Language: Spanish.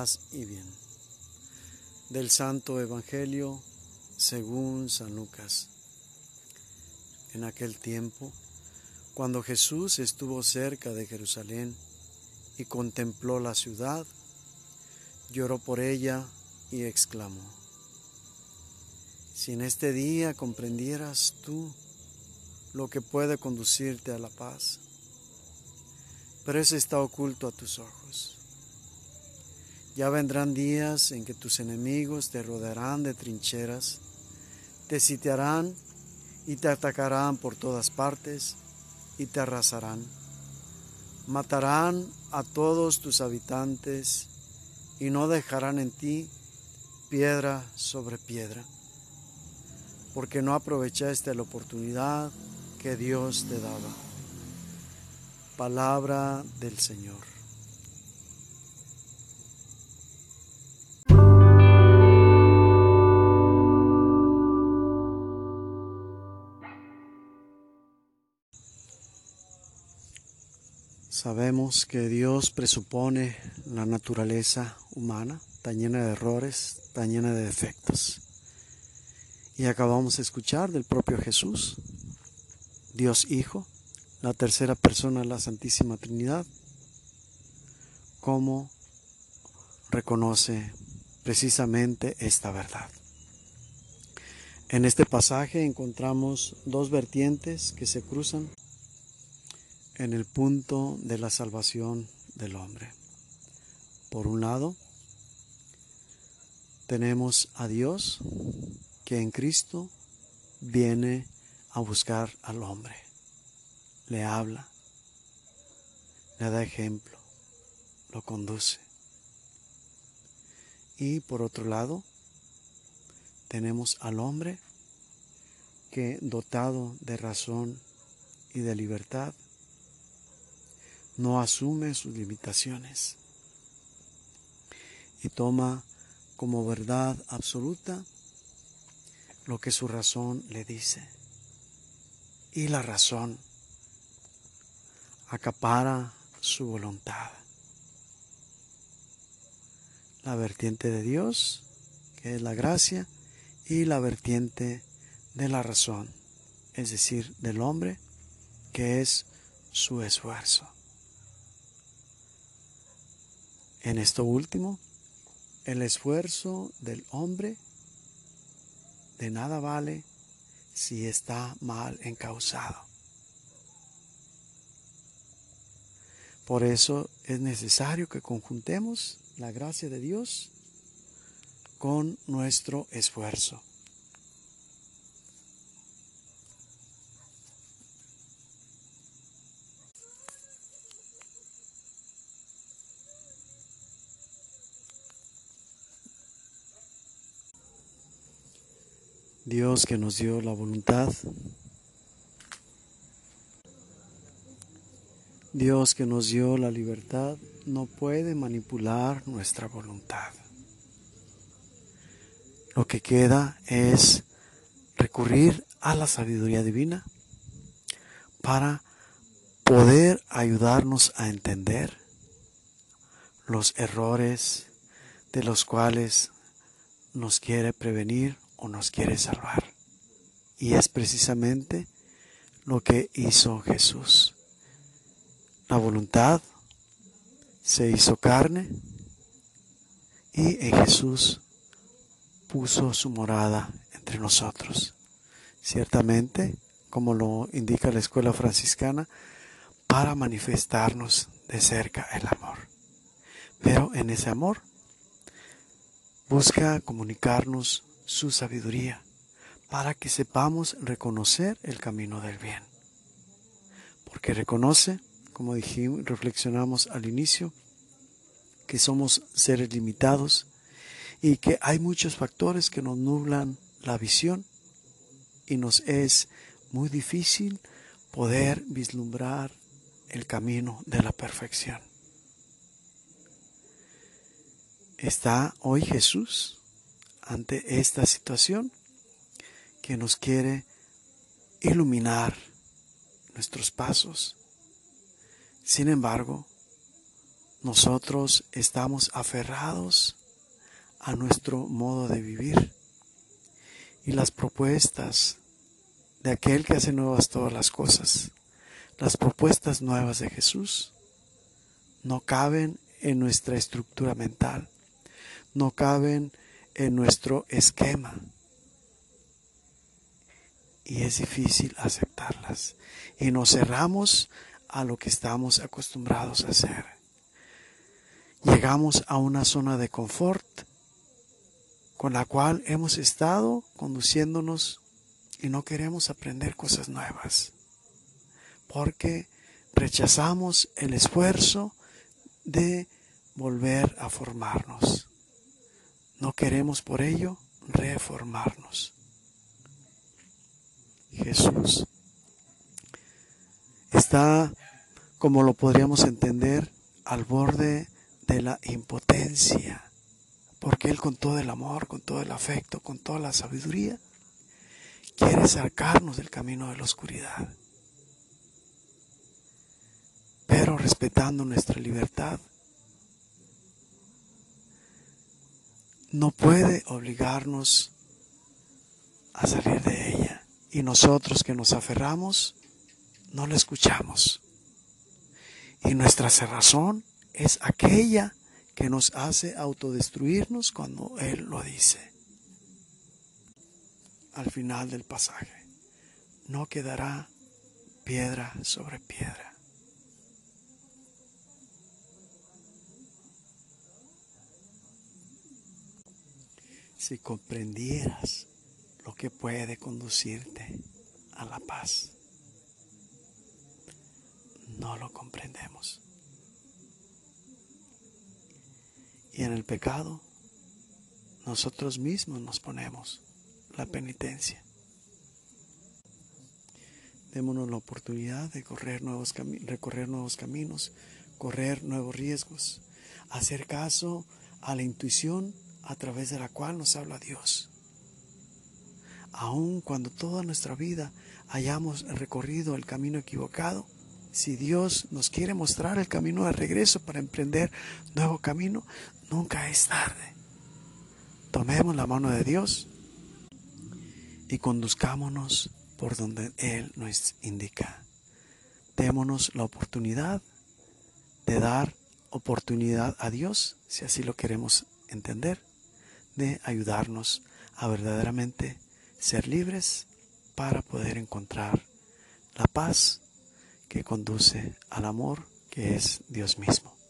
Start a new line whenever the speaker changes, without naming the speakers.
paz y bien. Del Santo Evangelio según San Lucas. En aquel tiempo, cuando Jesús estuvo cerca de Jerusalén y contempló la ciudad, lloró por ella y exclamó: si en este día comprendieras tú lo que puede conducirte a la paz, pero eso está oculto a tus ojos. Ya vendrán días en que tus enemigos te rodearán de trincheras, te sitiarán y te atacarán por todas partes y te arrasarán. Matarán a todos tus habitantes y no dejarán en ti piedra sobre piedra, porque no aprovechaste la oportunidad que Dios te daba. Palabra del Señor. Sabemos que Dios presupone la naturaleza humana, tan llena de errores, tan llena de defectos. Y acabamos de escuchar del propio Jesús, Dios Hijo, la tercera persona de la Santísima Trinidad, cómo reconoce precisamente esta verdad. En este pasaje encontramos dos vertientes que se cruzan en el punto de la salvación del hombre. Por un lado, tenemos a Dios que en Cristo viene a buscar al hombre, le habla, le da ejemplo, lo conduce. Y por otro lado, tenemos al hombre que, dotado de razón y de libertad, no asume sus limitaciones y toma como verdad absoluta lo que su razón le dice. Y la razón acapara su voluntad. La vertiente de Dios, que es la gracia, y la vertiente de la razón, es decir, del hombre, que es su esfuerzo. En esto último, el esfuerzo del hombre de nada vale si está mal encauzado. Por eso es necesario que conjuntemos la gracia de Dios con nuestro esfuerzo. Dios que nos dio la voluntad, Dios que nos dio la libertad, no puede manipular nuestra voluntad. Lo que queda es recurrir a la sabiduría divina para poder ayudarnos a entender los errores de los cuales nos quiere prevenir o nos quiere salvar. Y es precisamente lo que hizo Jesús. La voluntad se hizo carne y en Jesús puso su morada entre nosotros. Ciertamente, como lo indica la escuela franciscana, para manifestarnos de cerca el amor. Pero en ese amor busca comunicarnos su sabiduría para que sepamos reconocer el camino del bien. Porque reconoce, como dijimos, reflexionamos al inicio, que somos seres limitados y que hay muchos factores que nos nublan la visión y nos es muy difícil poder vislumbrar el camino de la perfección. Está hoy Jesús ante esta situación que nos quiere iluminar nuestros pasos. Sin embargo, nosotros estamos aferrados a nuestro modo de vivir y las propuestas de aquel que hace nuevas todas las cosas, las propuestas nuevas de Jesús, no caben en nuestra estructura mental, no caben en nuestro esquema y es difícil aceptarlas y nos cerramos a lo que estamos acostumbrados a hacer. Llegamos a una zona de confort con la cual hemos estado conduciéndonos y no queremos aprender cosas nuevas porque rechazamos el esfuerzo de volver a formarnos. No queremos por ello reformarnos. Jesús está, como lo podríamos entender, al borde de la impotencia, porque Él con todo el amor, con todo el afecto, con toda la sabiduría, quiere sacarnos del camino de la oscuridad, pero respetando nuestra libertad. No puede obligarnos a salir de ella, y nosotros que nos aferramos, no la escuchamos. Y nuestra cerrazón es aquella que nos hace autodestruirnos cuando Él lo dice. Al final del pasaje, no quedará piedra sobre piedra. Si comprendieras lo que puede conducirte a la paz, no lo comprendemos. Y en el pecado, nosotros mismos nos ponemos la penitencia. Démonos la oportunidad de recorrer nuevos caminos, correr nuevos riesgos, hacer caso a la intuición a través de la cual nos habla Dios. Aun cuando toda nuestra vida hayamos recorrido el camino equivocado, si Dios nos quiere mostrar el camino de regreso para emprender nuevo camino, nunca es tarde. Tomemos la mano de Dios y conduzcámonos por donde Él nos indica. Démonos la oportunidad de dar oportunidad a Dios, si así lo queremos entender, de ayudarnos a verdaderamente ser libres para poder encontrar la paz que conduce al amor que es Dios mismo.